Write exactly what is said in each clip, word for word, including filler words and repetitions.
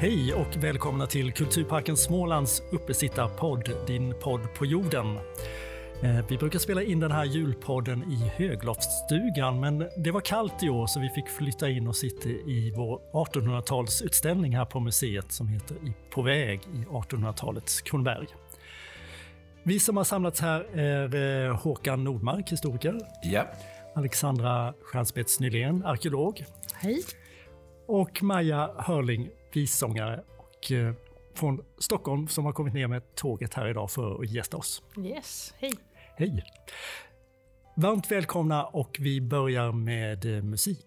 Hej och välkomna till Kulturparken Smålands uppesittarpodd, din podd på jorden. Vi brukar spela in den här julpodden i högloftsstugan, men det var kallt i år så vi fick flytta in och sitta i vår artonhundratalsutställning här på museet som heter På väg i artonhundratalets Kronoberg. Vi som har samlats här är Håkan Nordmark, historiker. Ja. Alexandra Stjärnspets Nylén, arkeolog. Hej. Och Maja Hörling, vissångare och eh, från Stockholm som har kommit ner med tåget här idag för att gästa oss. Yes, hej. Hej. Varmt välkomna och vi börjar med eh, musik.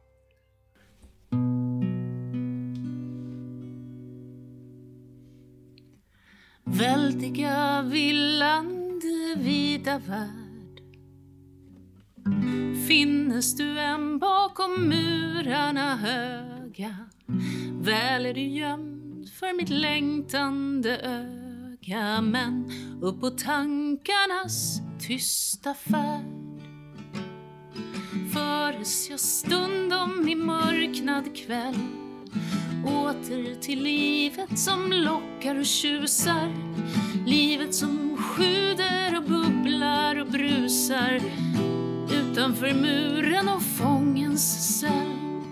Väldiga villande vida värld, finnes du än bakom murarna höga, väl är du gömd för mitt längtande öga, men upp på tankarnas tysta färd föres jag stundom i mörknad kväll, åter till livet som lockar och tjusar, livet som sjuder och bubblar och brusar utanför muren och fångens cell.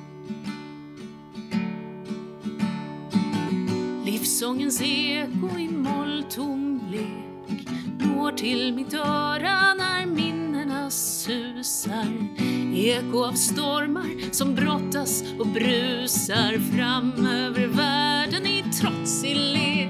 Livsångens eko i molltom blek når till mitt öra när minnena susar, eko av stormar som brottas och brusar fram över världen i trotsig lek,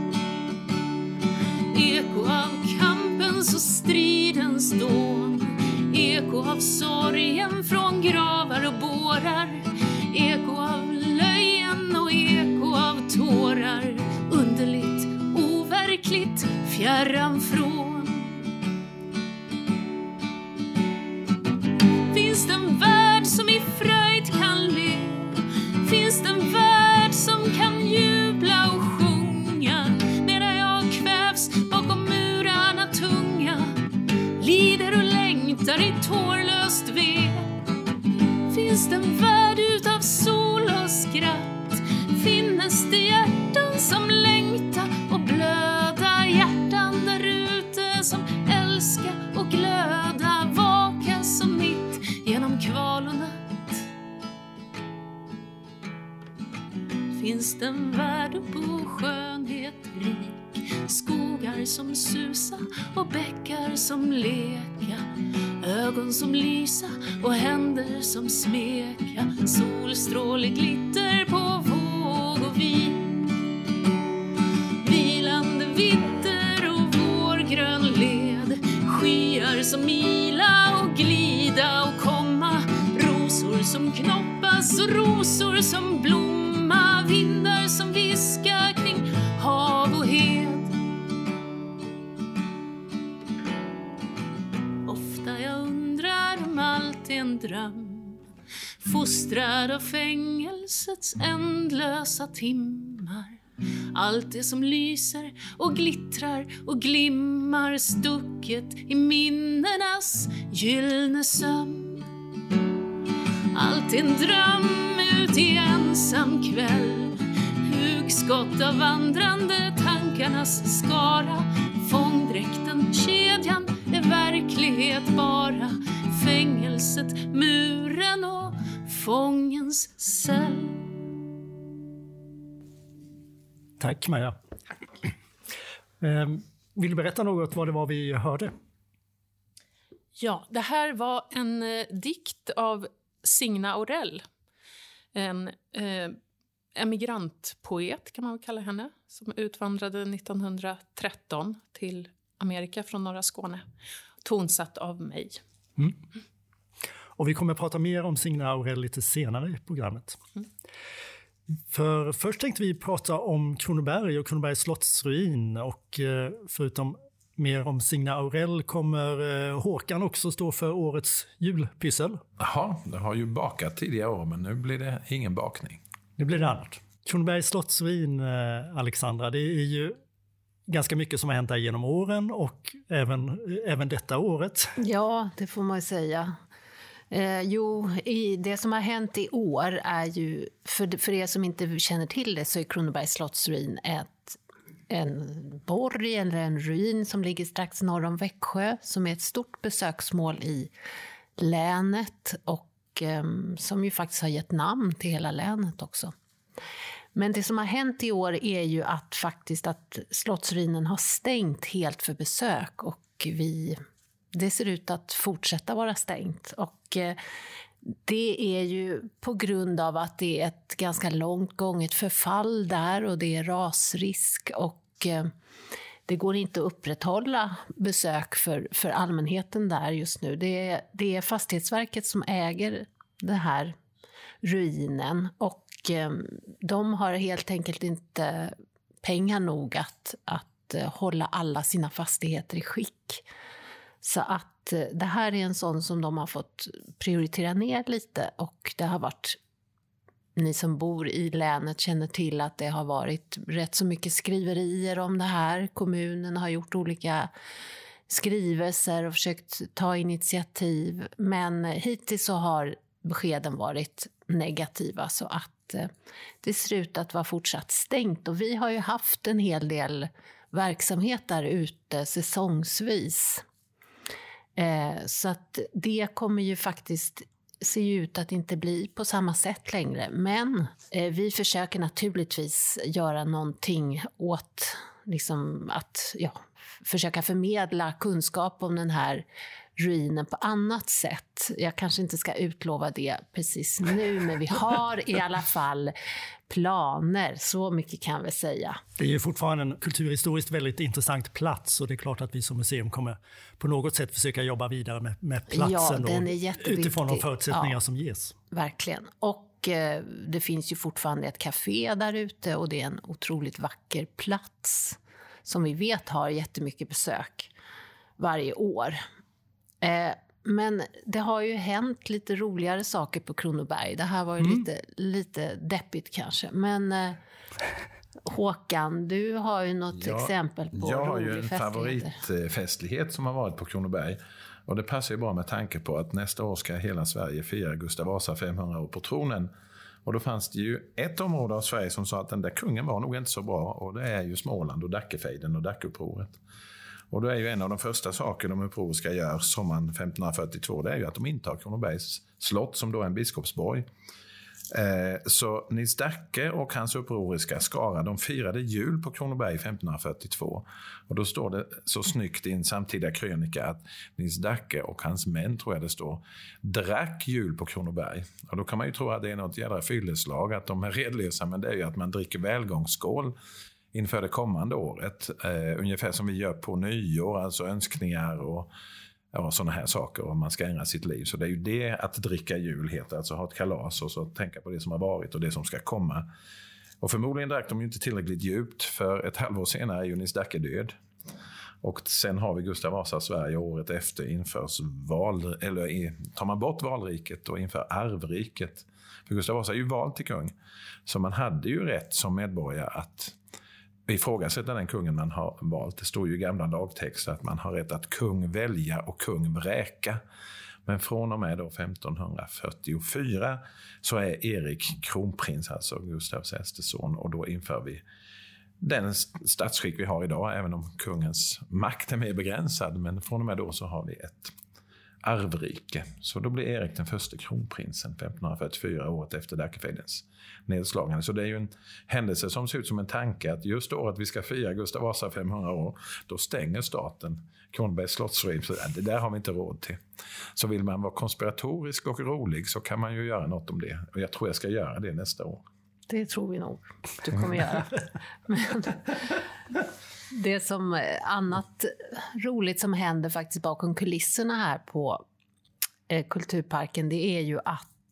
eko av kampens och stridens dån, eko av sorgen från gravar och bårar, eko av löjen och eko av tårar, underligt, overkligt, fjärran från. Finns det en värld som i fröjd kan le? Finns det en värld som kan jubla och sjunga medan jag kvävs bakom murarna tunga, lider och längtar i tårlöst ve? Finns det en värld utav sol och skratt? Finnes det hjärtan som längta och blöda, hjärtan där ute som älska och glöda, vaka som mitt genom kval och natt? Finns det en värld på skönhet rik, skogar som susa och bäckar som leka, ögon som lysa och händer som smeka, solstråle glitter på våg och vin, vilande vitter och vårgrön led, skyar som mila och glida och komma, rosor som knoppas och rosor som blomma, vindar som viskar kring hav och hed. Ofta jag undrar om allt är en dröm, fostrad av fängelsets ändlösa timmar, allt det som lyser och glittrar och glimmar, stucket i minnenas gyllene sömn. Allt är en dröm ut i ensam kväll, hugskott av vandrande tankarnas skara, fångdräkten, kedjan är verklighet bara, fängelset, muren och fångens cell. Tack Maja. Ehm, vill du berätta något vad det var vi hörde? Ja, det här var en eh, dikt av Signa Aurell. En eh, emigrantpoet kan man väl kalla henne, som utvandrade nittonhundratretton till Amerika från norra Skåne. Tonsatt av mig. Mm. Och vi kommer att prata mer om Signa Aurell lite senare i programmet. Mm. För först tänkte vi prata om Kronoberg och Kronobergs slottsruin, och eh, förutom mer om Signa Aurell kommer eh, Håkan också stå för årets julpyssel. Jaha, det har ju bakat tidigare år, men nu blir det ingen bakning. Nu blir det annat. Kronobergs slottsruin, eh, Alexandra, det är ju ganska mycket som har hänt där genom åren och även, även detta året. Ja, det får man ju säga. Eh, jo, i det som har hänt i år är ju, för, för er som inte känner till det, så är Kronobergs slottsruin ett, en borg eller en ruin som ligger strax norr om Växjö, som är ett stort besöksmål i länet och eh, som ju faktiskt har gett namn till hela länet också. Men det som har hänt i år är ju att faktiskt att slottsruinen har stängt helt för besök och vi, det ser ut att fortsätta vara stängt. Och eh, det är ju på grund av att det är ett ganska långt gånget förfall där och det är rasrisk och eh, det går inte att upprätthålla besök för, för allmänheten där just nu. Det är, det är Fastighetsverket som äger den här ruinen och de har helt enkelt inte pengar nog att, att hålla alla sina fastigheter i skick. Så att det här är en sån som de har fått prioritera ner lite och det har varit, ni som bor i länet känner till att det har varit rätt så mycket skriverier om det här. Kommunen har gjort olika skrivelser och försökt ta initiativ, men hittills så har beskeden varit negativa så att det ser ut att vara fortsatt stängt. Och vi har ju haft en hel del verksamhet där ute säsongsvis. Eh, så att det kommer ju faktiskt se ut att inte bli på samma sätt längre. Men eh, vi försöker naturligtvis göra någonting åt liksom att ja, försöka förmedla kunskap om den här ruinen på annat sätt. Jag kanske inte ska utlova det precis nu, men vi har i alla fall planer, så mycket kan vi säga. Det är ju fortfarande en kulturhistoriskt väldigt intressant plats och det är klart att vi som museum kommer på något sätt försöka jobba vidare med, med platsen ja, den är då, jätteviktig. Utifrån de förutsättningar ja, som ges. Verkligen. Och eh, det finns ju fortfarande ett café där ute och det är en otroligt vacker plats som vi vet har jättemycket besök varje år. Eh, men det har ju hänt lite roligare saker på Kronoberg. Det här var ju mm. lite, lite deppigt kanske. Men eh, Håkan, du har ju något ja, exempel på jag har ju en festligheter. favoritfestlighet som har varit på Kronoberg. Och det passar ju bra med tanke på att nästa år ska hela Sverige fira Gustav Vasa femhundra år på tronen. Och då fanns det ju ett område av Sverige som sa att den där kungen var nog inte så bra. Och det är ju Småland och Dackefejden och Dackupproret. Och då är ju en av de första saker de upproriska gör sommaren femton fyrtiotvå, det är ju att de intar Kronobergs slott som då är en biskopsborg. Eh, så Nils Dacke och hans upproriska skara, de firade jul på Kronoberg femton fyrtiotvå. Och då står det så snyggt i en samtida krönika att Nils Dacke och hans män, tror jag det står, drack jul på Kronoberg. Och då kan man ju tro att det är något jädra fylleslag, att de är redlösa, men det är ju att man dricker välgångsskål inför det kommande året. Eh, ungefär som vi gör på nyår, alltså önskningar och ja, sådana här saker om man ska ändra sitt liv. Så det är ju det att dricka jul heter, alltså ha ett kalas och så tänka på det som har varit och det som ska komma. Och förmodligen drack de ju inte tillräckligt djupt, för ett halvår senare är ju Nils Dacke död. Och sen har vi Gustav Vasa Sverige, året efter införs val, eller tar man bort valriket och inför arvriket. För Gustav Vasa är ju vald till kung. Så man hade ju rätt som medborgare att ifrågasätta den kungen man har valt. Det står ju i gamla lagtexter att man har rätt att kung välja och kung vräka. Men från och med då femton fyrtiofyra så är Erik kronprins, alltså Gustavs äldste son, och då inför vi den statsskick vi har idag, även om kungens makt är mer begränsad. Men från och med då så har vi ett arvrike. Så då blir Erik den första kronprinsen femton fyrtiofyra, året efter Dackefejdens nedslagande. Så det är ju en händelse som ser ut som en tanke att just året vi ska fira Gustav Vasa femhundra år, då stänger staten Kronobergs slottsruin. Så det där har vi inte råd till. Så vill man vara konspiratorisk och rolig så kan man ju göra något om det. Och jag tror jag ska göra det nästa år. Det tror vi nog du kommer göra. Men det som annat roligt som händer faktiskt bakom kulisserna här på eh, Kulturparken, det är ju att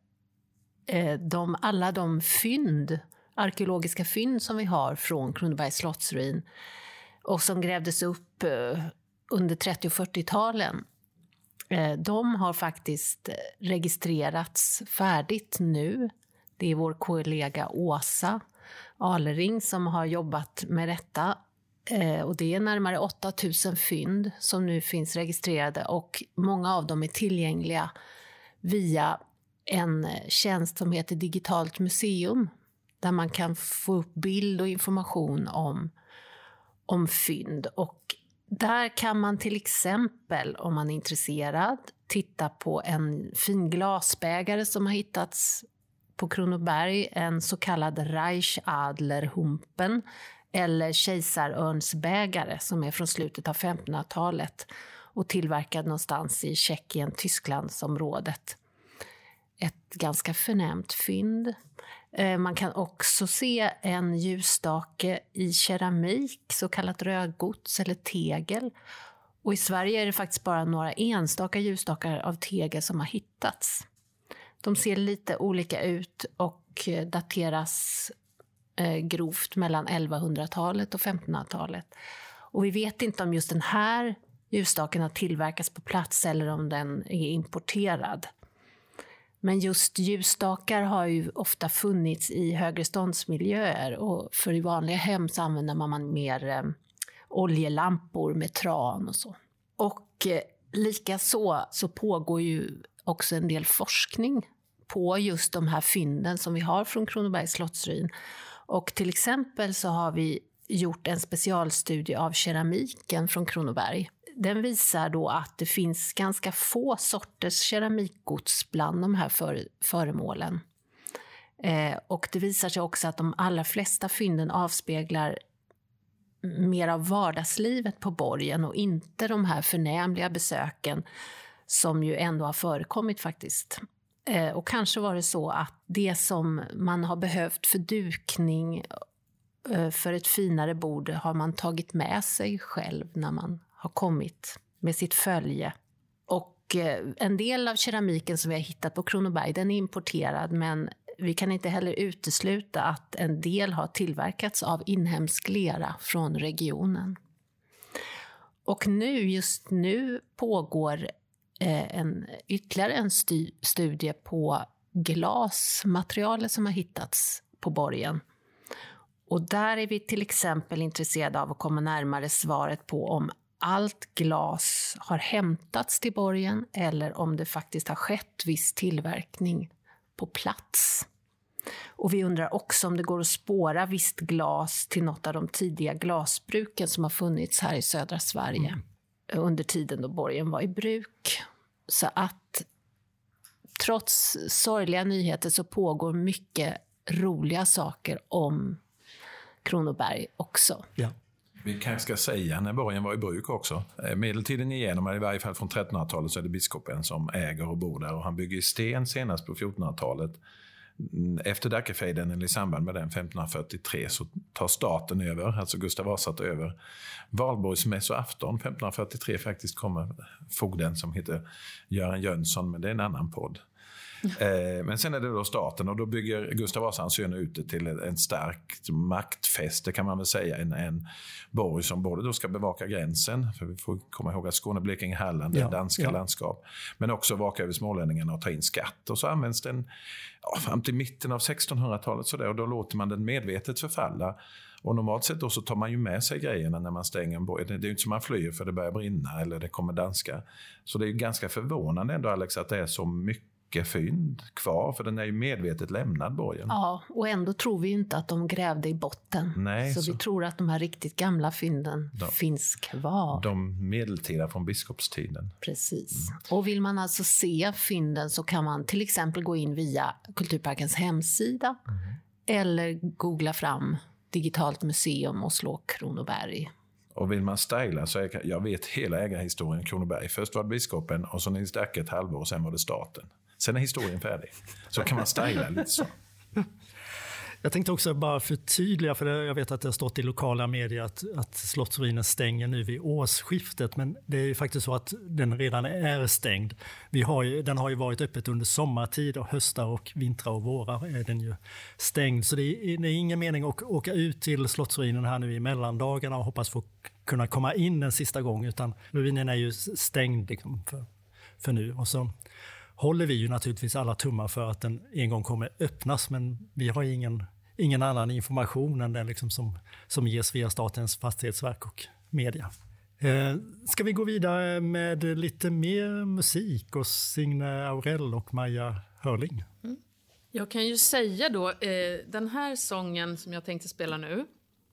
eh, de, alla de fynd, arkeologiska fynd som vi har från Kronobergs slottsruin och som grävdes upp eh, under trettio- och fyrtiotalen, eh, de har faktiskt registrerats färdigt nu. Det är vår kollega Åsa Alering som har jobbat med detta. Eh, och det är närmare åtta tusen fynd som nu finns registrerade och många av dem är tillgängliga via en tjänst som heter Digitalt museum, där man kan få upp bild och information om, om fynd. Och där kan man till exempel, om man är intresserad, titta på en fin glasbägare som har hittats på Kronoberg, en så kallad Reichadlerhumpen eller kejsarörnsbägare som är från slutet av femtonhundratalet och tillverkad någonstans i Tjeckien, Tysklandsområdet. Ett ganska förnämt fynd. Man kan också se en ljusstake i keramik, så kallat rödgods eller tegel. Och i Sverige är det faktiskt bara några enstaka ljusstakar av tegel som har hittats. De ser lite olika ut och dateras eh, grovt mellan elvahundratalet och femtonhundratalet. Och vi vet inte om just den här ljusstaken har tillverkats på plats eller om den är importerad. Men just ljusstakar har ju ofta funnits i högre ståndsmiljöer, och för i vanliga hem så använder man mer eh, oljelampor med tran och så. Och eh, lika så, så pågår ju också en del forskning på just de här fynden som vi har från Kronobergs slottsruin. Och till exempel så har vi gjort en specialstudie av keramiken från Kronoberg. Den visar då att det finns ganska få sorters keramikgods bland de här för, föremålen. Eh, och det visar sig också att de allra flesta fynden avspeglar mer av vardagslivet på borgen och inte de här förnämliga besöken som ju ändå har förekommit faktiskt. Eh, och kanske var det så att det som man har behövt för dukning eh, för ett finare bord har man tagit med sig själv när man har kommit med sitt följe. Och eh, en del av keramiken som vi har hittat på Kronoberg, den är importerad, men vi kan inte heller utesluta att en del har tillverkats av inhemsk lera från regionen. Och nu, just nu pågår eh, en, ytterligare en stu- studie på glasmaterialet som har hittats på borgen. Och där är vi till exempel intresserade av att komma närmare svaret på om allt glas har hämtats till borgen eller om det faktiskt har skett viss tillverkning på plats. Och vi undrar också om det går att spåra visst glas till något av de tidiga glasbruken som har funnits här i södra Sverige mm. under tiden då borgen var i bruk. Så att trots sorgliga nyheter så pågår mycket roliga saker om Kronoberg också. Ja. Vi kanske ska säga när borgen var i bruk också. Medeltiden igenom, i varje fall från trettonhundratalet, så är det biskopen som äger och bor där. Och han bygger i sten senast på fjortonhundratalet. Efter Dackefejden, eller i samband med den femtonhundrafyrtiotre, så tar staten över, alltså Gustav Vasa tar över. Valborgsmässoafton femtonhundrafyrtiotre faktiskt kommer fogden som heter Göran Jönsson, men det är en annan podd. Eh, men sen är det då staten, och då bygger Gustav Vasa hans söner ut till en stark maktfäste, kan man väl säga, en, en borg som både då ska bevaka gränsen, för vi får komma ihåg att Skåne, Blekinge, Halland är ja, danska ja. landskap, men också vaka över smålänningarna och ta in skatt, och så används den ja, fram till mitten av sextonhundratalet så där, och då låter man den medvetet förfalla. Och normalt sett då så tar man ju med sig grejerna när man stänger en borg. Det är ju inte som man flyr för det börjar brinna eller det kommer danskar. Så det är ju ganska förvånande ändå, Alex, att det är så mycket fynd kvar, för den är ju medvetet lämnad, borgen. Ja, och ändå tror vi inte att de grävde i botten. Nej, så, så vi tror att de här riktigt gamla fynden de, finns kvar. De medeltida från biskopstiden. Precis. Mm. Och vill man alltså se fynden så kan man till exempel gå in via Kulturparkens hemsida mm. eller googla fram Digitalt museum och slå Kronoberg. Och vill man styla så är, jag vet hela ägarhistorien Kronoberg. Först var det biskopen och så Nils Dacke ett halvår och sen var det staten. Sen är historien färdig. Så kan man styla lite så. Jag tänkte också bara förtydliga, för jag vet att det har stått i lokala medier att, att slottsruinen stänger nu vid årsskiftet, men det är ju faktiskt så att den redan är stängd. Vi har ju, den har ju varit öppet under sommartid och höstar och vintrar och vårar är den ju stängd. Så det är, det är ingen mening att åka ut till slottsruinen här nu i mellandagarna och hoppas få kunna komma in en sista gång, utan ruinen är ju stängd liksom för, för nu. Och så håller vi ju naturligtvis alla tummar för att den en gång kommer öppnas, men vi har ingen, ingen annan information än den liksom som, som ges via Statens fastighetsverk och media. Eh, ska vi gå vidare med lite mer musik och Signe Aurell och Maja Hörling? Mm. Jag kan ju säga då, eh, den här sången som jag tänkte spela nu,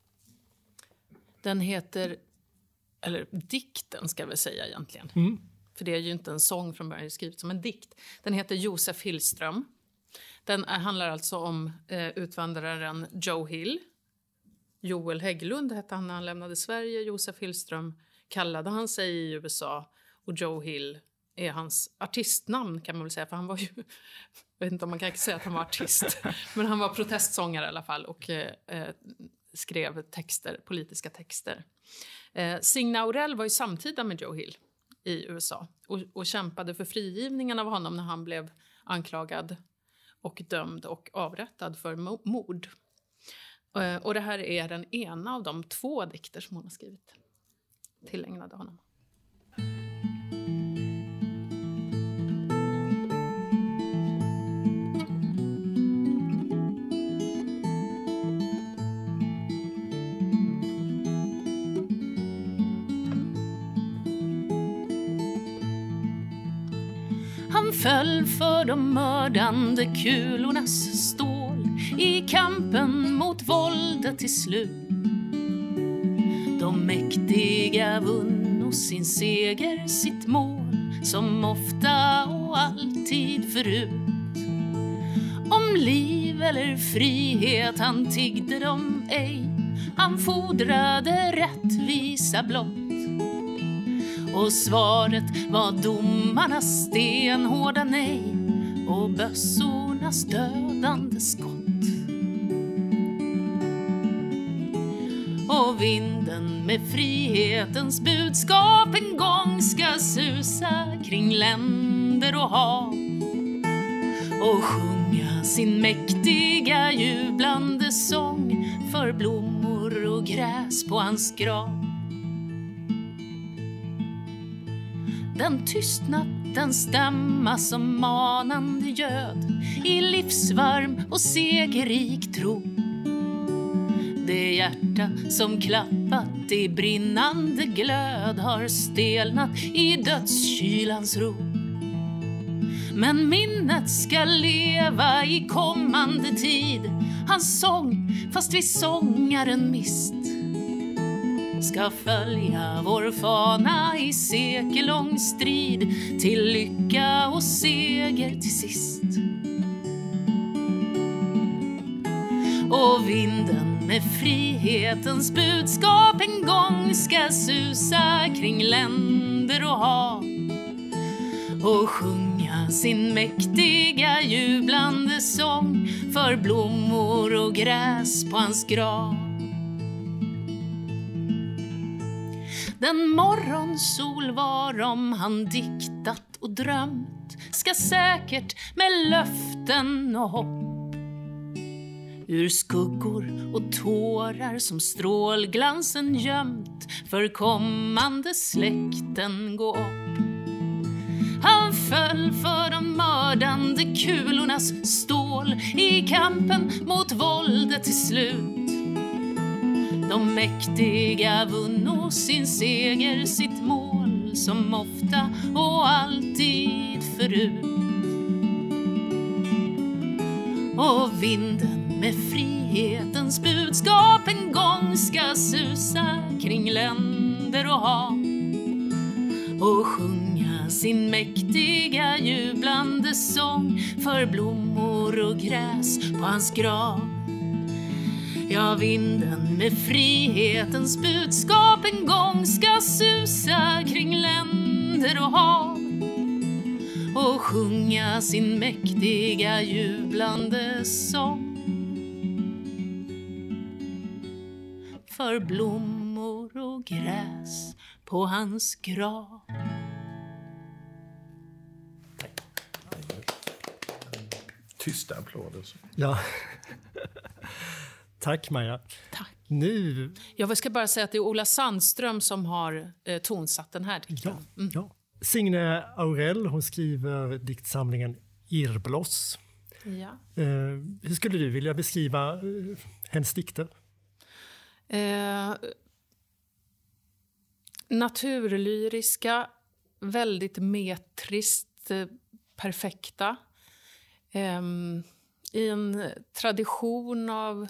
den heter, eller dikten ska jag väl säga egentligen. Mm. För det är ju inte en sång från början, det är skrivet som en dikt. Den heter Josef Hillström. Den är, handlar alltså om eh, utvandraren Joe Hill. Joel Hägglund hette han när han lämnade Sverige. Josef Hillström kallade han sig i U S A. Och Joe Hill är hans artistnamn kan man väl säga. För han var ju, jag vet inte om man kan säga att han var artist. Men han var protestsångare i alla fall och eh, skrev texter, politiska texter. Eh, Signe Aurell var ju samtida med Joe Hill i U S A. Och, och kämpade för frigivningen av honom när han blev anklagad och dömd och avrättad för mord. Uh, och det här är den ena av de två dikter som hon har skrivit tillägnade honom. Han föll för de mördande kulornas stål i kampen mot våldet till slut. De mäktiga vunno sin seger, sitt mål, som ofta och alltid förut. Om liv eller frihet han tiggde dem ej, han fordrade rättvisa blott. Och svaret var domarnas stenhårda nej och bössornas dödande skott. Och vinden med frihetens budskap en gång ska susa kring länder och hav och sjunga sin mäktiga jublande sång för blommor och gräs på hans grav. Den tystnat, den stämma som manande göd i livsvarm och segerrik tro. Det hjärta som klappat i brinnande glöd har stelnat i dödskylans ro. Men minnet ska leva i kommande tid, hans sång fast vi sångaren mist. Ska följa vår fana i sekellång strid till lycka och seger till sist. Och vinden med frihetens budskap en gång ska susa kring länder och hav och sjunga sin mäktiga jublande sång för blommor och gräs på hans grav. Den morgonsol varom han diktat och drömt ska säkert med löften och hopp ur skuggor och tårar som strålglansen gömt för kommande släkten gå upp. Han föll för de mördande kulornas stål i kampen mot våldet till slut. De mäktiga vunno sin seger, sitt mål som ofta och alltid förut. Och vinden med frihetens budskap en gång ska susa kring länder och hav och sjunga sin mäktiga jublande sång för blommor och gräs på hans grav. Ja, vinden med frihetens budskap en gång ska susa kring länder och hav och sjunga sin mäktiga jublande sång för blommor och gräs på hans grav. Tysta applåder. Ja. Tack Maja. Tack. Nu... Jag ska bara säga att det är Ola Sandström som har eh, tonsatt den här dikten. Ja, mm. ja. Signe Aurell, hon skriver diktsamlingen Irrbloss. Ja. Eh, hur skulle du vilja beskriva eh, hennes dikter? Eh, naturlyriska, väldigt metriskt eh, perfekta. Eh, I en tradition av,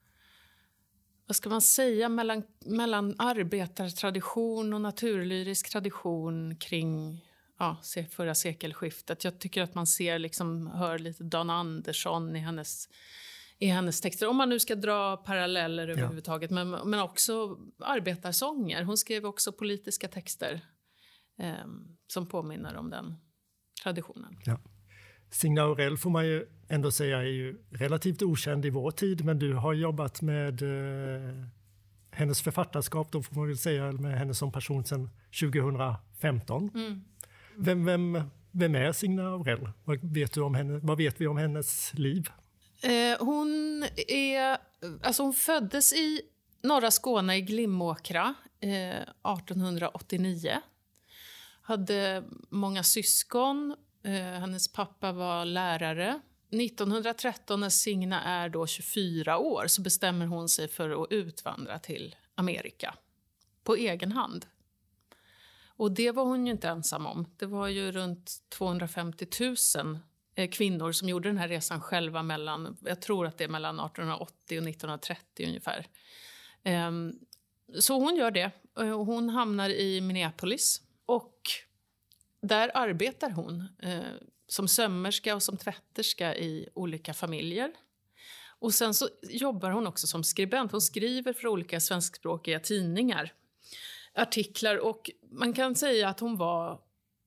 vad ska man säga, mellan, mellan arbetartradition och naturlyrisk tradition kring ja, förra sekelskiftet. Jag tycker att man ser, liksom, hör lite Dan Andersson i hennes, i hennes texter. Om man nu ska dra paralleller överhuvudtaget. Ja. Men, men också arbetarsånger. Hon skrev också politiska texter eh, som påminner om den traditionen. Ja. Signa Aurell får man ju ändå säga är ju relativt okänd i vår tid, men du har jobbat med eh, hennes författarskap, då får man väl säga, med henne som person sedan tjugohundrafemton. Mm. Vem, vem, vem är Signa Aurell? Vad vet du om henne? Vad vet vi om hennes liv? Eh, hon är, alltså hon föddes i norra Skåne i Glimåkra eh, artonhundraåttionio. Hade många syskon. Eh, hennes pappa var lärare. nittonhundratretton, när Signa är då tjugofyra år, så bestämmer hon sig för att utvandra till Amerika på egen hand. Och det var hon ju inte ensam om. Det var ju runt tvåhundrafemtio tusen eh, kvinnor som gjorde den här resan själva mellan, jag tror att det är mellan artonhundraåttio och nittonhundratrettio ungefär. Eh, så hon gör det. Och hon hamnar i Minneapolis och där arbetar hon eh, som sömmerska och som tvätterska i olika familjer. Och sen så jobbar hon också som skribent. Hon skriver för olika svenskspråkiga tidningar, artiklar, och man kan säga att hon var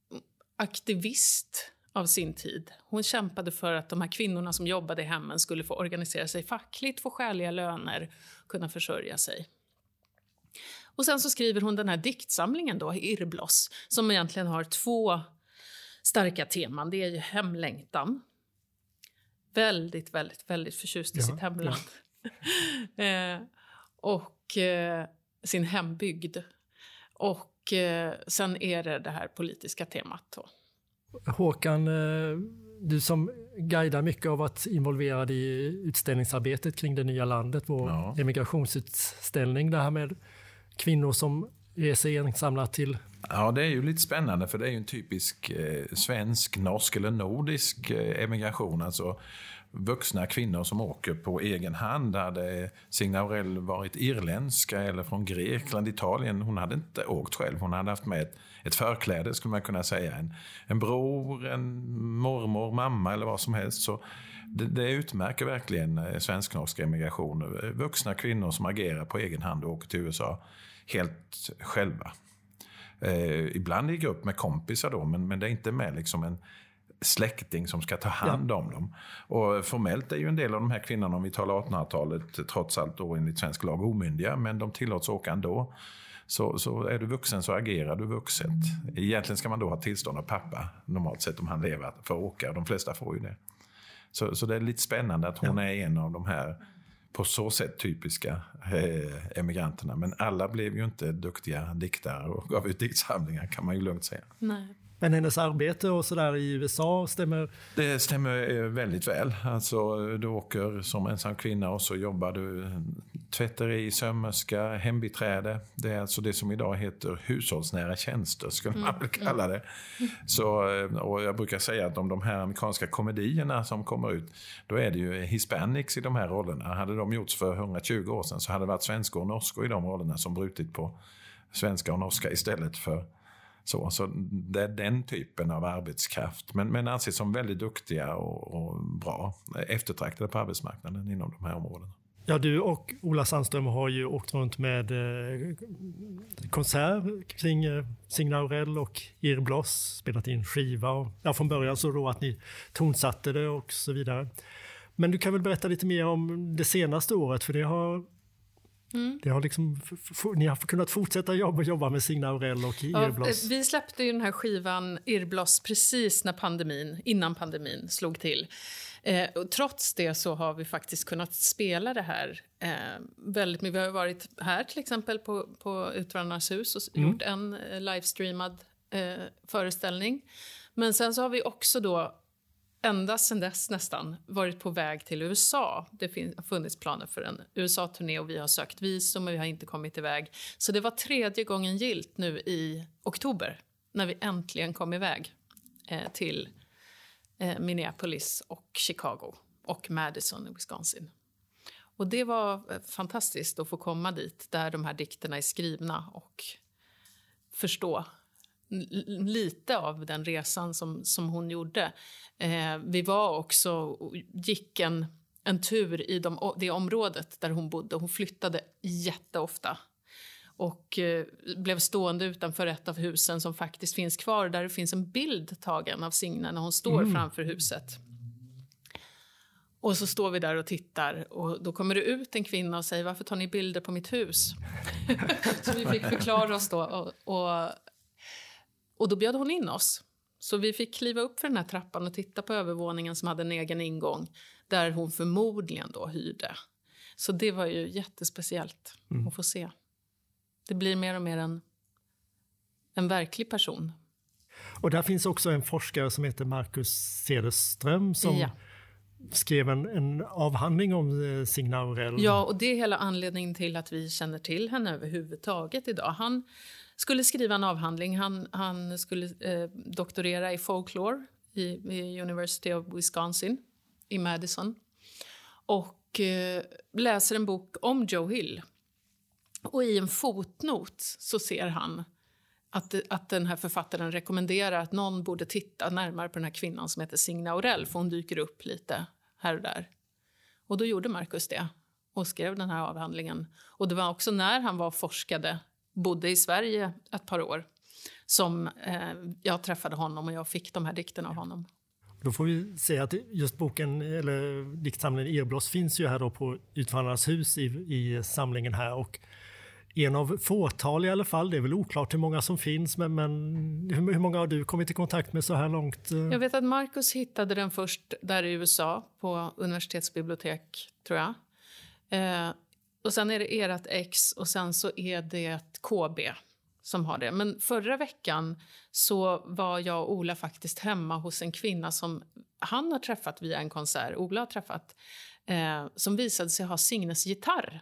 aktivist av sin tid. Hon kämpade för att de här kvinnorna som jobbade i hemmen skulle få organisera sig fackligt, få skäliga löner, kunna försörja sig. Och sen så skriver hon den här diktsamlingen då, Irrbloss, som egentligen har två starka teman. Det är ju hemlängtan. Väldigt, väldigt, väldigt förtjust i ja, sitt hemland. Ja. eh, och eh, sin hembygd. Och eh, sen är det det här politiska temat då. Håkan, eh, du som guidar mycket av att involverad i utställningsarbetet kring det nya landet, vår ja. emigrationsutställning, det här med kvinnor som reser ensamma till... Ja, det är ju lite spännande, för det är ju en typisk eh, svensk, norsk eller nordisk eh, emigration. Alltså vuxna kvinnor som åker på egen hand. Hade Signa Aurell varit irländska eller från Grekland, Italien, hon hade inte åkt själv. Hon hade haft med ett, ett förkläde, skulle man kunna säga. En, en bror, en mormor, mamma eller vad som helst. Så det, det utmärker verkligen svensk-norska emigration. Vuxna kvinnor som agerar på egen hand och åker till U S A helt själva. Eh, ibland i grupp med kompisar då, men, men det är inte med liksom en släkting som ska ta hand ja. om dem. Och formellt är ju en del av de här kvinnorna, om vi talar artonhundratalet, trots allt då enligt svensk lag omyndiga, men de tillåts åka ändå. Så, så är du vuxen så agerar du vuxet. Egentligen ska man då ha tillstånd av pappa, normalt sett om han lever, för att åka. De flesta får ju det. Så, så det är lite spännande att hon ja. är en av de här på så sätt typiska eh, emigranterna. Men alla blev ju inte duktiga diktare och gav ut diktsamlingar, kan man ju lugnt säga. Nej. Men hennes arbete och sådär i U S A stämmer? Det stämmer väldigt väl. Alltså, du åker som ensam kvinna och så jobbar du tvätteri, sömmerska, hembiträde. Det är alltså det som idag heter hushållsnära tjänster, skulle man mm. väl kalla det. Så, och jag brukar säga att om de här amerikanska komedierna som kommer ut, då är det ju hispanics i de här rollerna. Hade de gjorts för hundratjugo år sedan så hade det varit svenskor och norskor i de rollerna som brutit på svenska och norska istället för Så, så det är den typen av arbetskraft. Men, men anses som väldigt duktiga och, och bra. Eftertraktade på arbetsmarknaden inom de här områdena. Ja, du och Ola Sandström har ju åkt runt med eh, konsert kring eh, Signa Aurell och Irrbloss. Spelat in skiva. Och, ja, från början så då att ni tonsatte det och så vidare. Men du kan väl berätta lite mer om det senaste året, för det har... Mm. Det har liksom, f- f- ni har kunnat fortsätta jobba, jobba med Signa Aurell och Irrbloss. Ja, vi släppte ju den här skivan Irrbloss precis när pandemin, innan pandemin slog till. Eh, och trots det så har vi faktiskt kunnat spela det här eh, väldigt mycket. Vi har varit här till exempel på, på Utvandrarnas hus och mm. gjort en eh, livestreamad eh, föreställning. Men sen så har vi också då ända sedan dess nästan varit på väg till U S A. Det fin- har funnits planer för en U S A-turné och vi har sökt visum och vi har inte kommit iväg. Så det var tredje gången gilt nu i oktober när vi äntligen kom iväg eh, till eh, Minneapolis och Chicago och Madison i Wisconsin. Och det var eh, fantastiskt att få komma dit där de här dikterna är skrivna och förstå lite av den resan som, som hon gjorde. Eh, vi var också gick en, en tur i de, det området där hon bodde. Hon flyttade jätteofta och eh, blev stående utanför ett av husen som faktiskt finns kvar, där det finns en bild tagen av Signe när hon står mm. framför huset. Och så står vi där och tittar och då kommer det ut en kvinna och säger: varför tar ni bilder på mitt hus? Så vi fick förklara oss då och, och Och då bjöd hon in oss. Så vi fick kliva upp för den här trappan och titta på övervåningen som hade en egen ingång. Där hon förmodligen då hyrde. Så det var ju jättespeciellt mm. att få se. Det blir mer och mer en, en verklig person. Och där finns också en forskare som heter Marcus Cederström som ja. skrev en, en avhandling om eh, Signe Aurell. Ja, och det är hela anledningen till att vi känner till henne överhuvudtaget idag. Han skulle skriva en avhandling. Han, han skulle eh, doktorera i folklore i, i University of Wisconsin i Madison. Och eh, läser en bok om Joe Hill. Och i en fotnot så ser han att, att den här författaren rekommenderar att någon borde titta närmare på den här kvinnan som heter Signe Aurell. För hon dyker upp lite här och där. Och då gjorde Marcus det och skrev den här avhandlingen. Och det var också när han var forskade, bodde i Sverige ett par år, som eh, jag träffade honom och jag fick de här dikterna av honom. Då får vi säga att just boken, eller diktsamlingen Irblås, finns ju här då på Utvandrarnas hus i, i samlingen här. Och en av fåtal i alla fall, det är väl oklart hur många som finns, men, men hur, hur många har du kommit i kontakt med så här långt? Jag vet att Marcus hittade den först där i U S A på universitetsbibliotek, tror jag. Eh, och sen är det ert ex och sen så är det K B som har det. Men förra veckan så var jag och Ola faktiskt hemma hos en kvinna som han har träffat via en konsert. Ola har träffat. Eh, som visade sig ha Signes gitarr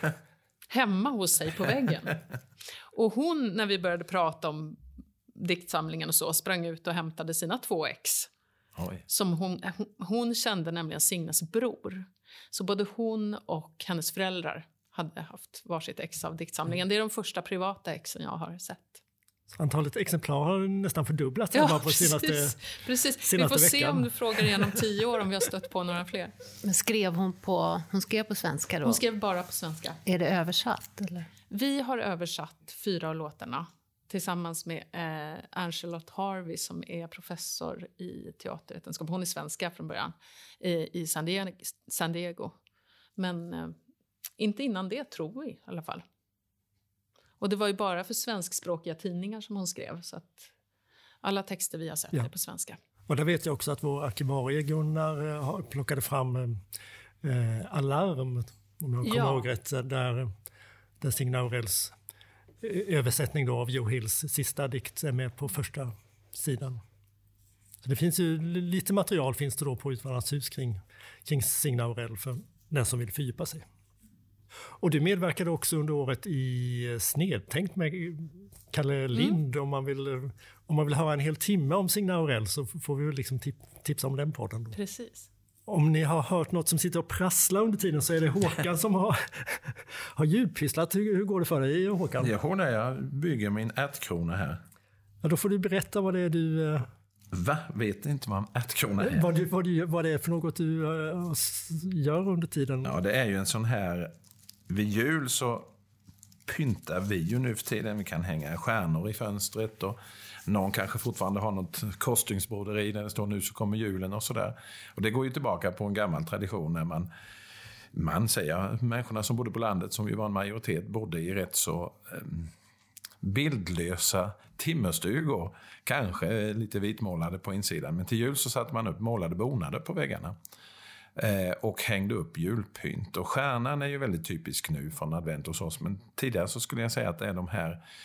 hemma hos sig på väggen. Och hon, när vi började prata om diktsamlingen och så, sprang ut och hämtade sina två ex. Oj. Som hon, hon kände nämligen Signes bror. Så både hon och hennes föräldrar hade haft varsitt ex av diktsamlingen. Det är de första privata exen jag har sett. Så antalet exemplar har nästan fördubblats ja, bara på precis, senaste, precis. senaste Vi får veckan. se om du frågar igen om tio år om vi har stött på några fler. Men skrev hon på, hon skrev på svenska då? Hon skrev bara på svenska. Är det översatt? Eller? Vi har översatt fyra av låtarna tillsammans med eh, Ann-Charlotte Harvey som är professor i teatervetenskap. Hon är svenska från början eh, i San Diego. San Diego. Men eh, inte innan det, tror vi i alla fall. Och det var ju bara för svenskspråkiga tidningar som hon skrev. Så att alla texter vi har sett ja. är på svenska. Och där vet jag också att vår arkivarie Gunnar eh, plockade fram eh, Alarm, om jag kommer ja. ihåg rätt, där, där Signe Aurells översättning då av Joe Hills sista dikt är med på första sidan. Så det finns ju lite material finns det då på Utvandrarnas hus kring, kring Signe Aurell för den som vill fördjupa sig. Och du medverkade också under året i Snedtänkt med Kalle Lind. Mm. Om, man vill, om man vill höra en hel timme om Signe Aurell så får vi liksom tipsa om den podden då. Precis. Om ni har hört något som sitter och prasslar under tiden så är det Håkan som har, har ljudpysslat. Hur, hur går det för dig, Håkan? Ja, när jag bygger min ärtkrona här. Ja, då får du berätta vad det är du... Va? Vet inte vad en ärtkrona är? Vad, du, vad, du, vad det är för något du uh, gör under tiden? Ja, det är ju en sån här... Vid jul så pyntar vi ju nu för tiden. Vi kan hänga stjärnor i fönstret och någon kanske fortfarande har något kostyngsbroderi där det står nu så kommer julen och sådär. Och det går ju tillbaka på en gammal tradition när man, man säger människorna som bodde på landet, som ju var en majoritet, bodde i rätt så eh, bildlösa timmerstugor. Kanske lite vitmålade på insidan, men till jul så satte man upp målade bonader på väggarna. Och hängde upp julpynt. Och stjärnan är ju väldigt typisk nu från advent hos oss. Men tidigare så skulle jag säga att det är de här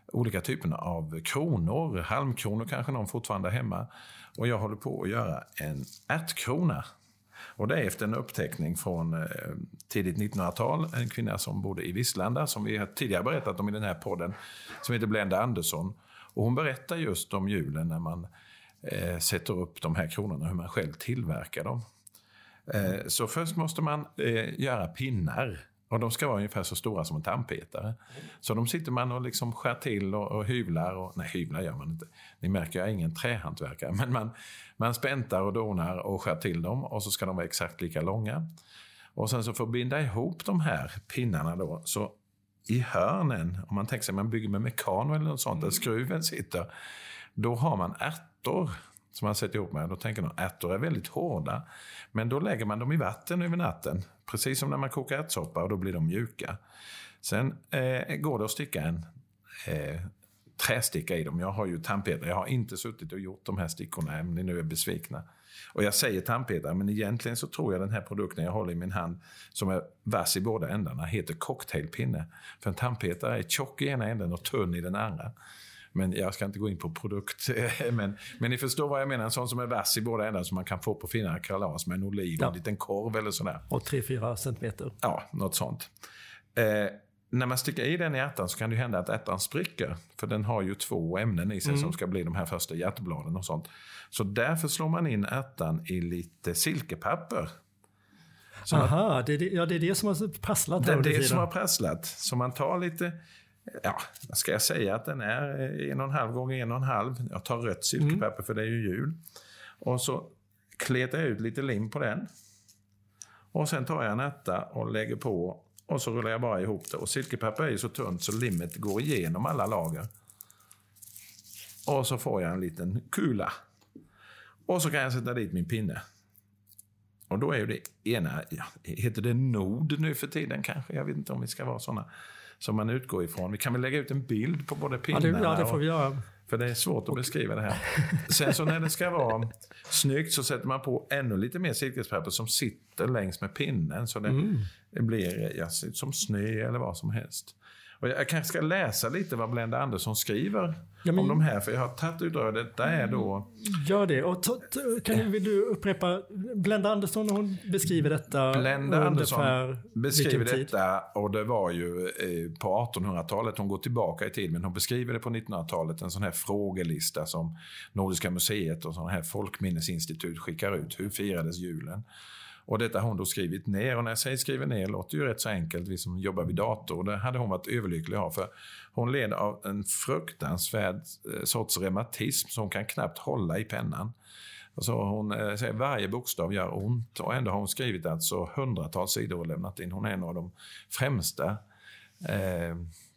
olika typer av kronor. Halmkronor kanske någon fortfarande hemma. Och jag håller på att göra en ärtkrona. Och det är efter en upptäckning från eh, tidigt nittonhundratal. En kvinna som bodde i Visslanda, som vi har tidigare berättat om i den här podden, som heter Blenda Andersson. Och hon berättar just om julen när man eh, sätter upp de här kronorna, hur man själv tillverkar dem. Eh, så först måste man eh, göra pinnar. Och de ska vara ungefär så stora som en tandpetare. Så de sitter man och liksom skär till och, och hyvlar. Och, nej, hyvlar gör man inte. Ni märker, jag är ingen trähantverkare. Men man, man späntar och donar och skär till dem. Och så ska de vara exakt lika långa. Och sen så får binda ihop de här pinnarna då. Så i hörnen, om man tänker sig man bygger med mekano eller något sånt, där skruven sitter. Då har man ärtor som man sätter ihop med. Då tänker man, ärtor är väldigt hårda. Men då lägger man dem i vatten över natten. Precis som när man kokar ärtsoppa, och då blir de mjuka. Sen eh, går det att sticka en eh, trästicka i dem. Jag har ju tandpetare. Jag har inte suttit och gjort de här stickorna, om ni nu är besvikna. Och jag säger tandpetare, men egentligen så tror jag den här produkten jag håller i min hand, som är vass i båda ändarna, heter cocktailpinne. För en tandpetare är tjock i ena änden och tunn i den andra. Men jag ska inte gå in på produkt. men, men ni förstår vad jag menar. En sån som är vass i båda ändar som man kan få på fina kalas med en oliv och ja. en liten korv eller sådär. Och tre fyra centimeter. Ja, något sånt. Eh, när man sticker i den i ärtan så kan det hända att ärtan spricker. För den har ju två ämnen i sig mm. som ska bli de här första hjärtbladen och sånt. Så därför slår man in ärtan i lite silkepapper. Så Aha, att, det, är det, ja, det är det som har prasslat. Det är det tiden. som har prasslat. Så man tar lite... Ja, ska jag säga att den är en och en halv gånger en och en halv. Jag tar rött silkepapper mm. för det är ju jul. Och så kletar jag ut lite lim på den. Och sen tar jag en ärta och lägger på. Och så rullar jag bara ihop det. Och silkepapper är ju så tunt så limmet går igenom alla lager. Och så får jag en liten kula. Och så kan jag sätta dit min pinne. Och då är ju det ena, ja, heter det nod nu för tiden kanske? Jag vet inte om vi ska vara sådana som man utgår ifrån. Vi kan väl lägga ut en bild på både pinnarna. Ja, det, ja, det får vi göra. För det är svårt att beskriva det här. Sen så när det ska vara snyggt så sätter man på ännu lite mer silkespapper som sitter längs med pinnen. Så det mm. blir ja, som snö eller vad som helst. Och jag kanske ska läsa lite vad Blenda Andersson skriver ja, men... om de här. För jag har tagit utdrag. Detta är då... Gör det. Och t- t- kan, vill du upprepa? Blenda Andersson, hon beskriver detta. Blenda Andersson beskriver detta. Och det var ju eh, på artonhundratalet. Hon går tillbaka i tid. Men hon beskriver det på nittonhundratalet. En sån här frågelista som Nordiska museet och sån här folkminnesinstitut skickar ut. Hur firades julen? Och detta har hon då skrivit ner. Och när jag säger skriver ner låter ju rätt så enkelt. Vi som jobbar vid dator. Och det hade hon varit överlycklig av. För hon led av en fruktansvärd sorts reumatism. Som hon kan knappt hålla i pennan. Och så hon säger varje bokstav gör ont. Och ändå har hon skrivit alltså hundratals sidor och lämnat in. Hon är en av de främsta eh,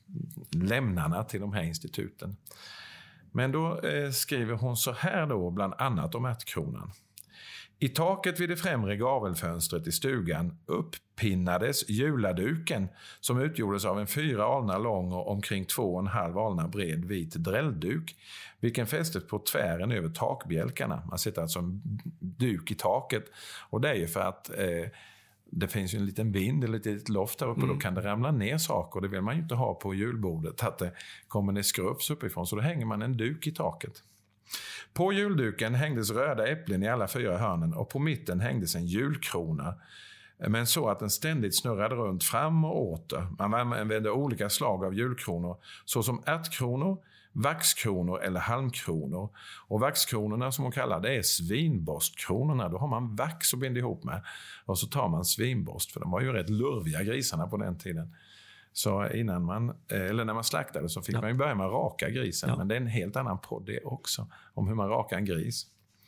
lämnarna till de här instituten. Men då eh, skriver hon så här då bland annat om ärtkronan. I taket vid det främre gavelfönstret i stugan upppinnades juladuken som utgjordes av en fyra alnar lång och omkring två och en halv alnar bred vit drällduk, vilken fästes på tvären över takbjälkarna. Man sätter alltså en duk i taket, och det är ju för att eh, det finns ju en liten vind eller ett litet loft här uppe, mm. då kan det ramla ner saker, och det vill man ju inte ha på julbordet, att det kommer ner skrufs uppifrån, så då hänger man en duk i taket. På julduken hängdes röda äpplen i alla fyra hörnen, och på mitten hängdes en julkrona, men så att den ständigt snurrade runt fram och åter. Man använde olika slag av julkronor, såsom ärtkronor, vaxkronor eller halmkronor. Och vaxkronorna som hon kallar det är svinborstkronorna. Då har man vax att binda ihop med, och så tar man svinborst, för de var ju rätt lurviga grisarna på den tiden. Så innan man, eller när man slaktade så fick ja. man ju börja med att raka grisen. Ja. Men det är en helt annan podd det också, om hur man rakar en gris.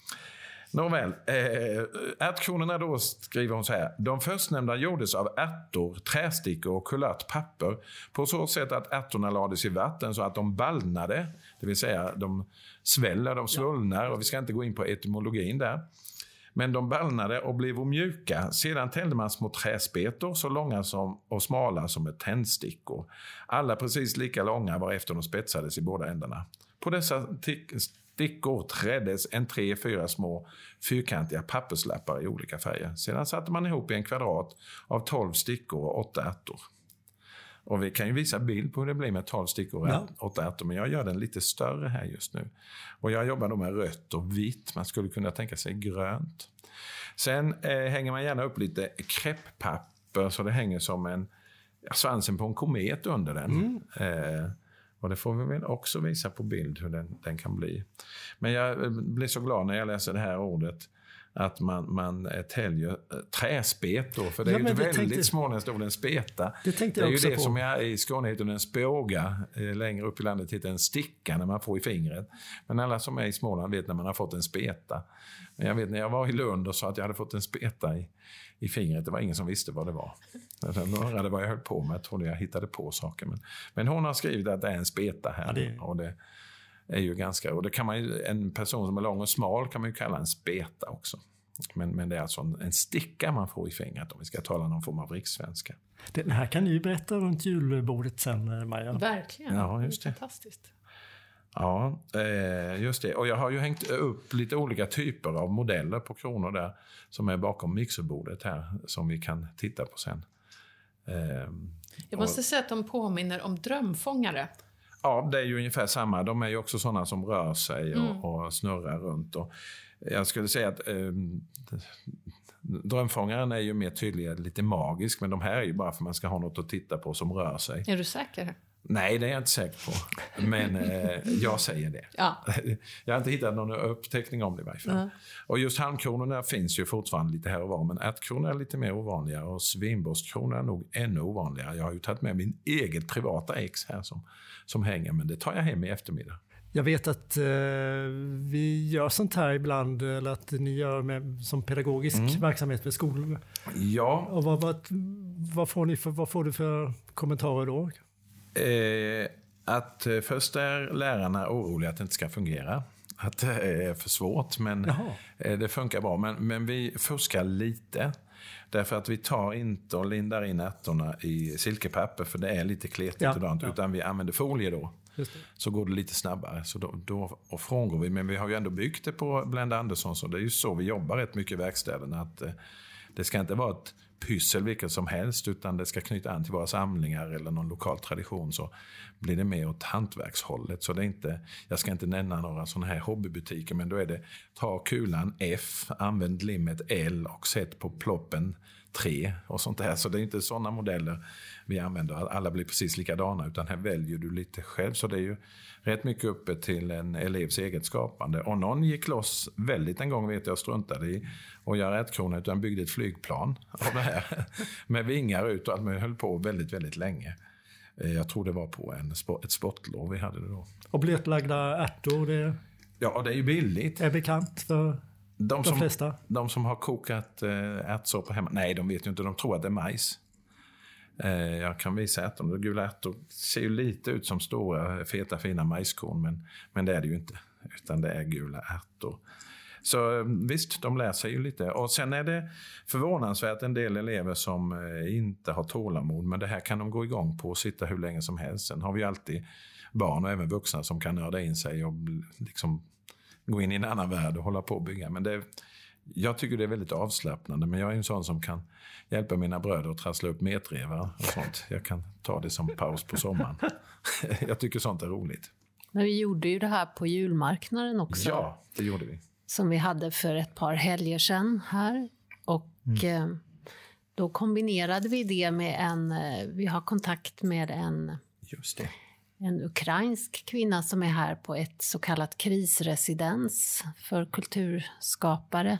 Nåväl, eh, ärtkronorna då skriver hon så här. De förstnämnda gjordes av ärtor, trästickor och kulört papper, på så sätt att ärtorna lades i vatten så att de ballnade. Det vill säga de sväller, de svullnar, och vi ska inte gå in på etymologin där. Men de ballnade och blev mjuka. Sedan tällde man små träspetor så långa som, och smala som ett tändstickor. Alla precis lika långa varefter de spetsades i båda ändarna. På dessa stickor träddes en tre, fyra små fyrkantiga papperslappar i olika färger. Sedan satte man ihop i en kvadrat av tolv stickor och åtta ärtor. Och vi kan ju visa bild på hur det blir med tolv stickor Ja. åtta ärtor, men jag gör den lite större här just nu. Och jag jobbar då med rött och vitt, man skulle kunna tänka sig grönt. Sen eh, hänger man gärna upp lite krepppapper så det hänger som en ja, svansen på en komet under den. Mm. Eh, och det får vi väl också visa på bild hur den, den kan bli. Men jag blir så glad när jag läser det här ordet att man, man täljer träspet då, för det är ja, ju ett väldigt tänkte, småländskt ord, en speta. Det, tänkte det är jag ju det på. som jag i Skåne heter en spåga, eh, längre upp i landet heter en sticka när man får i fingret. Men alla som är i Småland vet när man har fått en speta. Men jag vet när jag var i Lund och sa att jag hade fått en speta i, i fingret, det var ingen som visste vad det var. Jag undrade vad jag höll på med, jag trodde jag hittade på saker. Men, men hon har skrivit att det är en speta här. Ja, det... Och det är ju ganska, och det kan man ju, en person som är lång och smal kan man ju kalla en speta också. Men, men det är alltså en, en sticka man får i fingret om vi ska tala någon form av rikssvenska. Den här kan ni ju berätta runt julbordet sen, Maja. Verkligen. Ja, just det. Det är fantastiskt. Ja, eh, just det. Och jag har ju hängt upp lite olika typer av modeller på kronor där som är bakom mixerbordet här som vi kan titta på sen. Eh, Jag måste och, säga att de påminner om drömfångare. Ja, det är ju ungefär samma. De är ju också sådana som rör sig och, Mm. och snurrar runt. Och jag skulle säga att eh, drömfångaren är ju mer tydlig, lite magisk, men de här är ju bara för att man ska ha något att titta på som rör sig. Är du säker? Nej, det är jag inte säker på. Men eh, jag säger det. Ja. Jag har inte hittat någon uppteckning om det i varje fall. Mm. Och just halmkronorna finns ju fortfarande lite här och var. Men ärtkronor är lite mer ovanliga och svinborstkronor är nog ännu ovanligare. Jag har ju tagit med min eget privata ex här som, som hänger. Men det tar jag hem i eftermiddag. Jag vet att eh, vi gör sånt här ibland, eller att ni gör med, som pedagogisk Mm. verksamhet med skolor. Ja. Och vad, vad, vad, får ni för, vad får du för kommentarer då? Eh, att eh, först är lärarna oroliga att det inte ska fungera. Att det är för svårt, men eh, det funkar bra. Men, men vi fuskar lite. Därför att vi tar inte och lindar in ärtorna i silkepapper, för det är lite kletigt Ja, och dant, ja. utan vi använder folie då. Just det. Så går det lite snabbare. Så då, då och frångår vi. Men vi har ju ändå byggt det på Blenda Andersson, så det är ju så vi jobbar rätt mycket i verkstäderna. Att eh, det ska inte vara ett pyssel vilket som helst, utan det ska knyta an till våra samlingar eller någon lokal tradition, så blir det mer åt hantverkshållet. Så det är inte, jag ska inte nämna några sådana här hobbybutiker, men då är det ta kulan F, använd limmet L och sätt på ploppen tre och sånt där. Så det är inte sådana modeller vi använder. Alla blir precis likadana, utan här väljer du lite själv. Så det är ju rätt mycket uppe till en elevs eget skapande. Och någon gick loss väldigt en gång, vet jag, struntade i och göra ärtkronor, utan byggde ett flygplan av det här med vingar ut och allt, men höll på väldigt, väldigt länge. Jag tror det var på en, ett sportlov vi hade det då. Och blötlagda ärtor, det Ja, det är ju billigt. är bekant för De de som, flesta. de som har kokat äh, ärtsoppa hemma, nej, de vet ju inte, de tror att det är majs. Eh, jag kan visa ärtor. De gula ärtor ser ju lite ut som stora, feta, fina majskorn, men, men det är det ju inte, utan det är gula ärtor. Så visst, de lär sig ju lite. Och sen är det förvånansvärt en del elever som eh, inte har tålamod, men det här kan de gå igång på och sitta hur länge som helst. Sen har vi alltid barn och även vuxna som kan nörda in sig och liksom gå in i en annan värld och hålla på och bygga. Men det, jag tycker det är väldigt avslappnande, men jag är en sån som kan hjälpa mina bröder att trassla upp metrevar och sånt. Jag kan ta det som paus på sommaren. Jag tycker sånt är roligt. Men vi gjorde ju det här på julmarknaden också. Ja, det gjorde vi. Som vi hade för ett par helger sedan här. Och mm. eh, då kombinerade vi det med en, eh, vi har kontakt med en, Just det. en ukrainsk kvinna som är här på ett så kallat krisresidens för kulturskapare.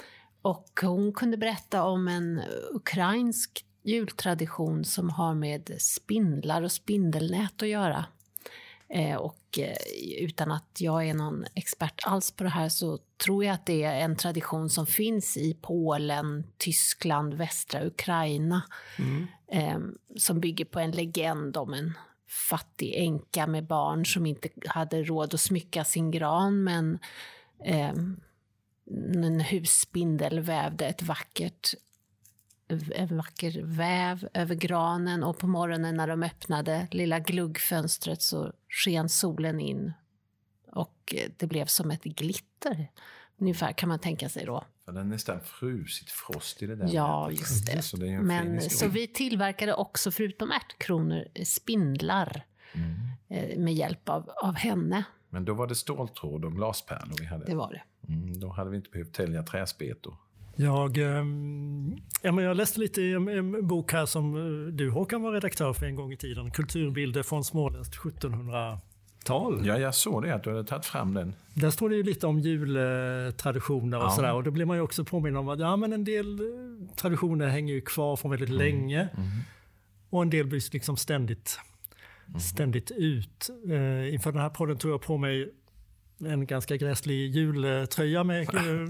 Och hon kunde berätta om en ukrainsk jultradition som har med spindlar och spindelnät att göra. Eh, och eh, utan att jag är någon expert alls på det här, så tror jag att det är en tradition som finns i Polen, Tyskland, västra Ukraina. Mm. Eh, som bygger på en legend om en fattig änka med barn som inte hade råd att smycka sin gran, men eh, en husspindel vävde ett vackert en vacker väv över granen, och på morgonen när de öppnade lilla gluggfönstret så sken solen in och det blev som ett glitter. ungefär kan man tänka sig då. För den är nästan frusit frost i det där. Ja, just det. Så, det är en Men, så vi tillverkade också, förutom ärtkronor, spindlar mm. med hjälp av, av henne. Men då var det ståltråd och glaspärlor vi hade. Det var det. Mm, då hade vi inte behövt tälja träspetor. Jag, ja, men jag läste lite i en, en bok här som du, Håkan, var redaktör för en gång i tiden. Kulturbilder från småländskt sjuttonhundratal. Ja, jag såg det att du hade tagit fram den. Där står det ju lite om jultraditioner och ja. sådär. Och då blir man ju också påminna om att ja, men en del traditioner hänger ju kvar från väldigt mm. länge. Mm. Och en del blir liksom ständigt, mm. ständigt ut. Uh, inför den här podden tog jag på mig en ganska gräslig jultröja med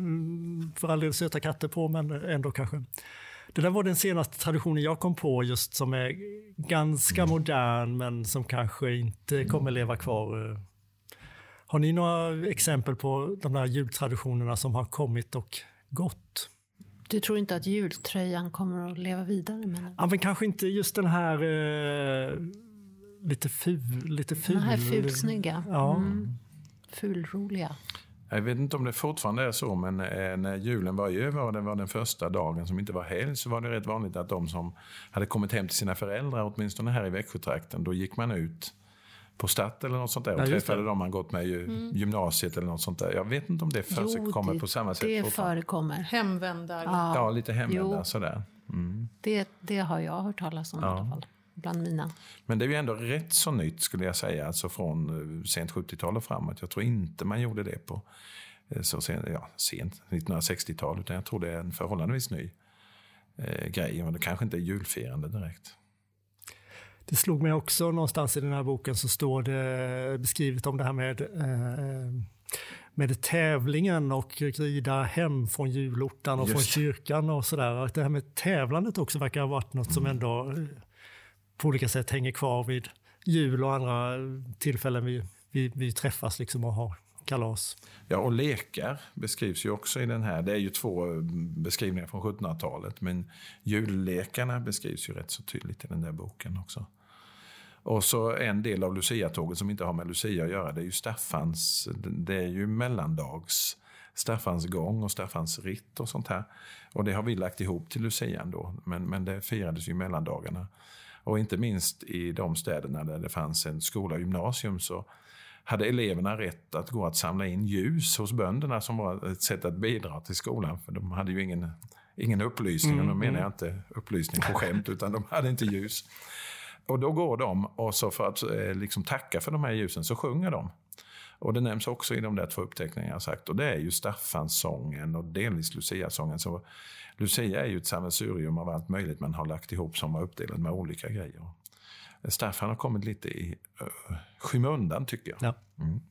för all del söta katter på, men ändå kanske. Det där var den senaste traditionen jag kom på, just som är ganska modern men som kanske inte kommer leva kvar. Har ni några exempel på de där jultraditionerna som har kommit och gått? Du tror inte att jultröjan kommer att leva vidare? Men... Ja, men kanske inte just den här eh, lite ful. Lite ful. Den här fulsnygga. Ja. Mm. Fulroliga. Jag vet inte om det fortfarande är så, men när julen var över och det var den första dagen som inte var helg, så var det rätt vanligt att de som hade kommit hem till sina föräldrar, åtminstone här i Växjötrakten, då gick man ut på Stadt eller något sånt där och ja, träffade dem man gått med i mm. gymnasiet eller något sånt där. Jag vet inte om det förekommer på samma sätt. Det förekommer. Hemvändar. Ja, ja lite hemvändar sådär. Mm. Det, det har jag hört talas om ja. i alla fall. Bland mina. Men det är ju ändå rätt så nytt skulle jag säga, alltså från sent sjuttiotal och framåt. Jag tror inte man gjorde det på så sent, ja, sent nittonhundrasextiotal, utan jag tror det är en förhållandevis ny eh, grej. Men det kanske inte är julfirande direkt. Det slog mig också någonstans i den här boken, så står det beskrivet om det här med eh, med tävlingen och rida hem från julortan och Just. från kyrkan och sådär. Det här med tävlandet också verkar ha varit något som ändå på olika sätt hänger kvar vid jul och andra tillfällen vi, vi, vi träffas liksom och har kalas. Ja, och lekar beskrivs ju också i den här. Det är ju två beskrivningar från sjuttonhundratalet, men jullekarna beskrivs ju rätt så tydligt i den där boken också. Och så en del av Lucia-tåget som inte har med Lucia att göra, det är ju Staffans, det är ju mellandags Staffans gång och Staffans ritt och sånt här. Och det har vi lagt ihop till Lucian då, men, men det firades ju mellandagarna. Och inte minst i de städerna där det fanns en skola och gymnasium, så hade eleverna rätt att gå att samla in ljus hos bönderna, som var ett sätt att bidra till skolan. För de hade ju ingen, ingen upplysning, och då menar jag inte upplysning på skämt, utan de hade inte ljus. Och då går de, och så för att eh, liksom tacka för de här ljusen så sjunger de. Och det nämns också i de där två uppteckningarna jag har sagt. Och det är ju Staffansången och delvis Lucia-sången. Så Lucia är ju ett sammelsurium av allt möjligt man har lagt ihop som var uppdelat med olika grejer. Staffan har kommit lite i uh, skymundan tycker jag. Ja. Mm.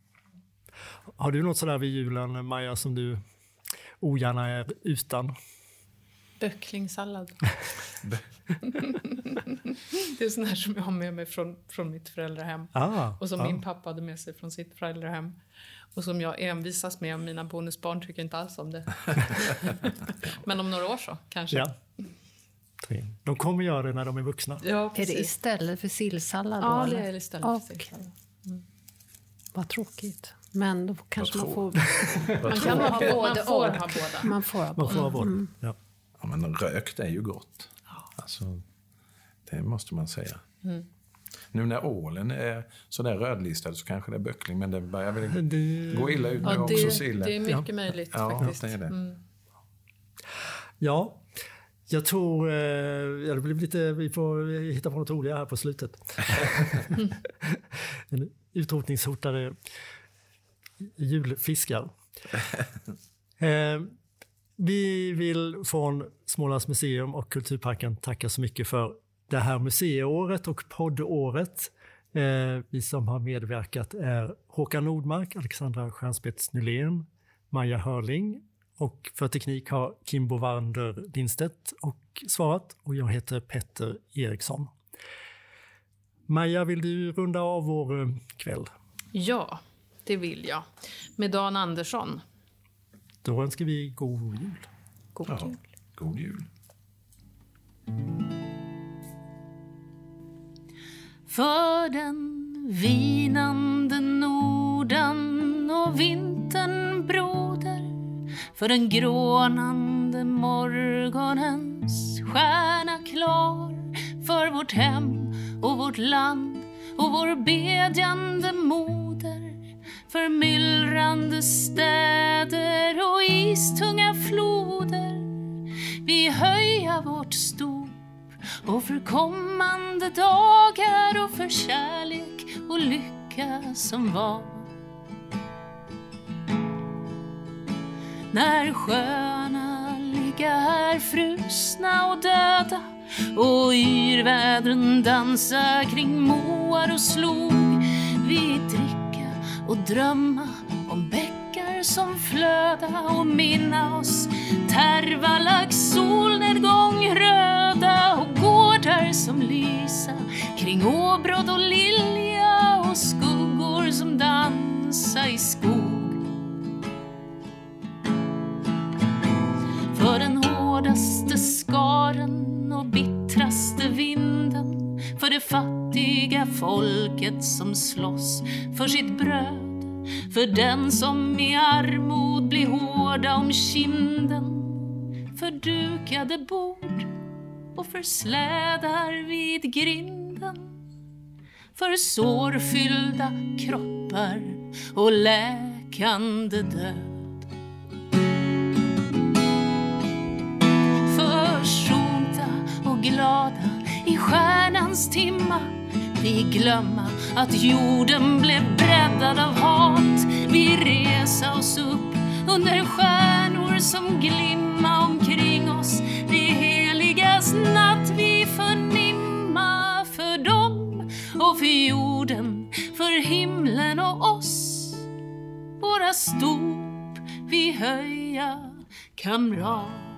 Har du något sådär vid julen, Maja, som du ogärna är utan? Böcklingssallad. Det är sån här som jag har med mig från, från mitt föräldrahem. Ah, och som ah. min pappa hade med sig från sitt föräldrahem. Och som jag envisas med, och mina bonusbarn tycker inte alls om det. Men om några år så, kanske. Ja. De kommer göra det när de är vuxna. Ja, är det istället för sillsallad? Ja, då, det är istället och, för sillsallad. Mm. Vad tråkigt. Men då kanske man får... man kan ha både man får ha båda. Man får ha båda. Man får ha båda. Mm. Ja. Ja, men rökt är ju gott. Alltså, det måste man säga. Mm. Nu när ålen är så där rödlistad så kanske det är böckling, men det börjar väl det... gå illa ut nu ja, också det, sillen. Det är mycket ja. möjligt ja, faktiskt. Det är det. Mm. Ja, jag tror... Eh, ja, det blir lite, vi får hitta på något roligare här på slutet. En utrotningshotade julfiskar. eh, vi vill från Smålands museum och Kulturparken tacka så mycket för det här museiåret och poddåret. Eh, vi som har medverkat är Håkan Nordmark, Alexandra Stjernspets Nylén, Maja Hörling, och för teknik har Kimbo Wander Lindstedt och svarat, och jag heter Petter Eriksson. Maja, vill du runda av vår kväll? Ja, det vill jag. Med Dan Andersson. Då önskar vi god jul. God ja, jul. God jul. För den vinande Norden och vintern broder för den grånande morgonens stjärna klar, för vårt hem och vårt land och vår bedjande moder, för myllrande städer och istunga floder. Vi höja vårt stop och för kommande dagar och för kärlek och lycka som var. När sjöarna ligga här frusna och döda och yrvädren dansa kring moar och slog, vi dricka och drömma om bäckar som flöda och minna oss Tervalax solnedgång röda och gårdar som lysa kring åbråd och lilja och skuggor som dansa i skog. För den hårdaste skaren och bittraste vinden, för det fattiga folket som slåss för sitt bröd, för den som i armod blir hårda om kinden, för dukade bord och för slädar vid grinden, för sårfyllda kroppar och läkande död. Glada i stjärnans timma, vi glömma att jorden blev breddad av hat. Vi resa oss upp under stjärnor som glimma omkring oss. Det heligas natt vi förnimma för dem och för jorden, för himlen och oss. Våra stop vi höja, kamrat.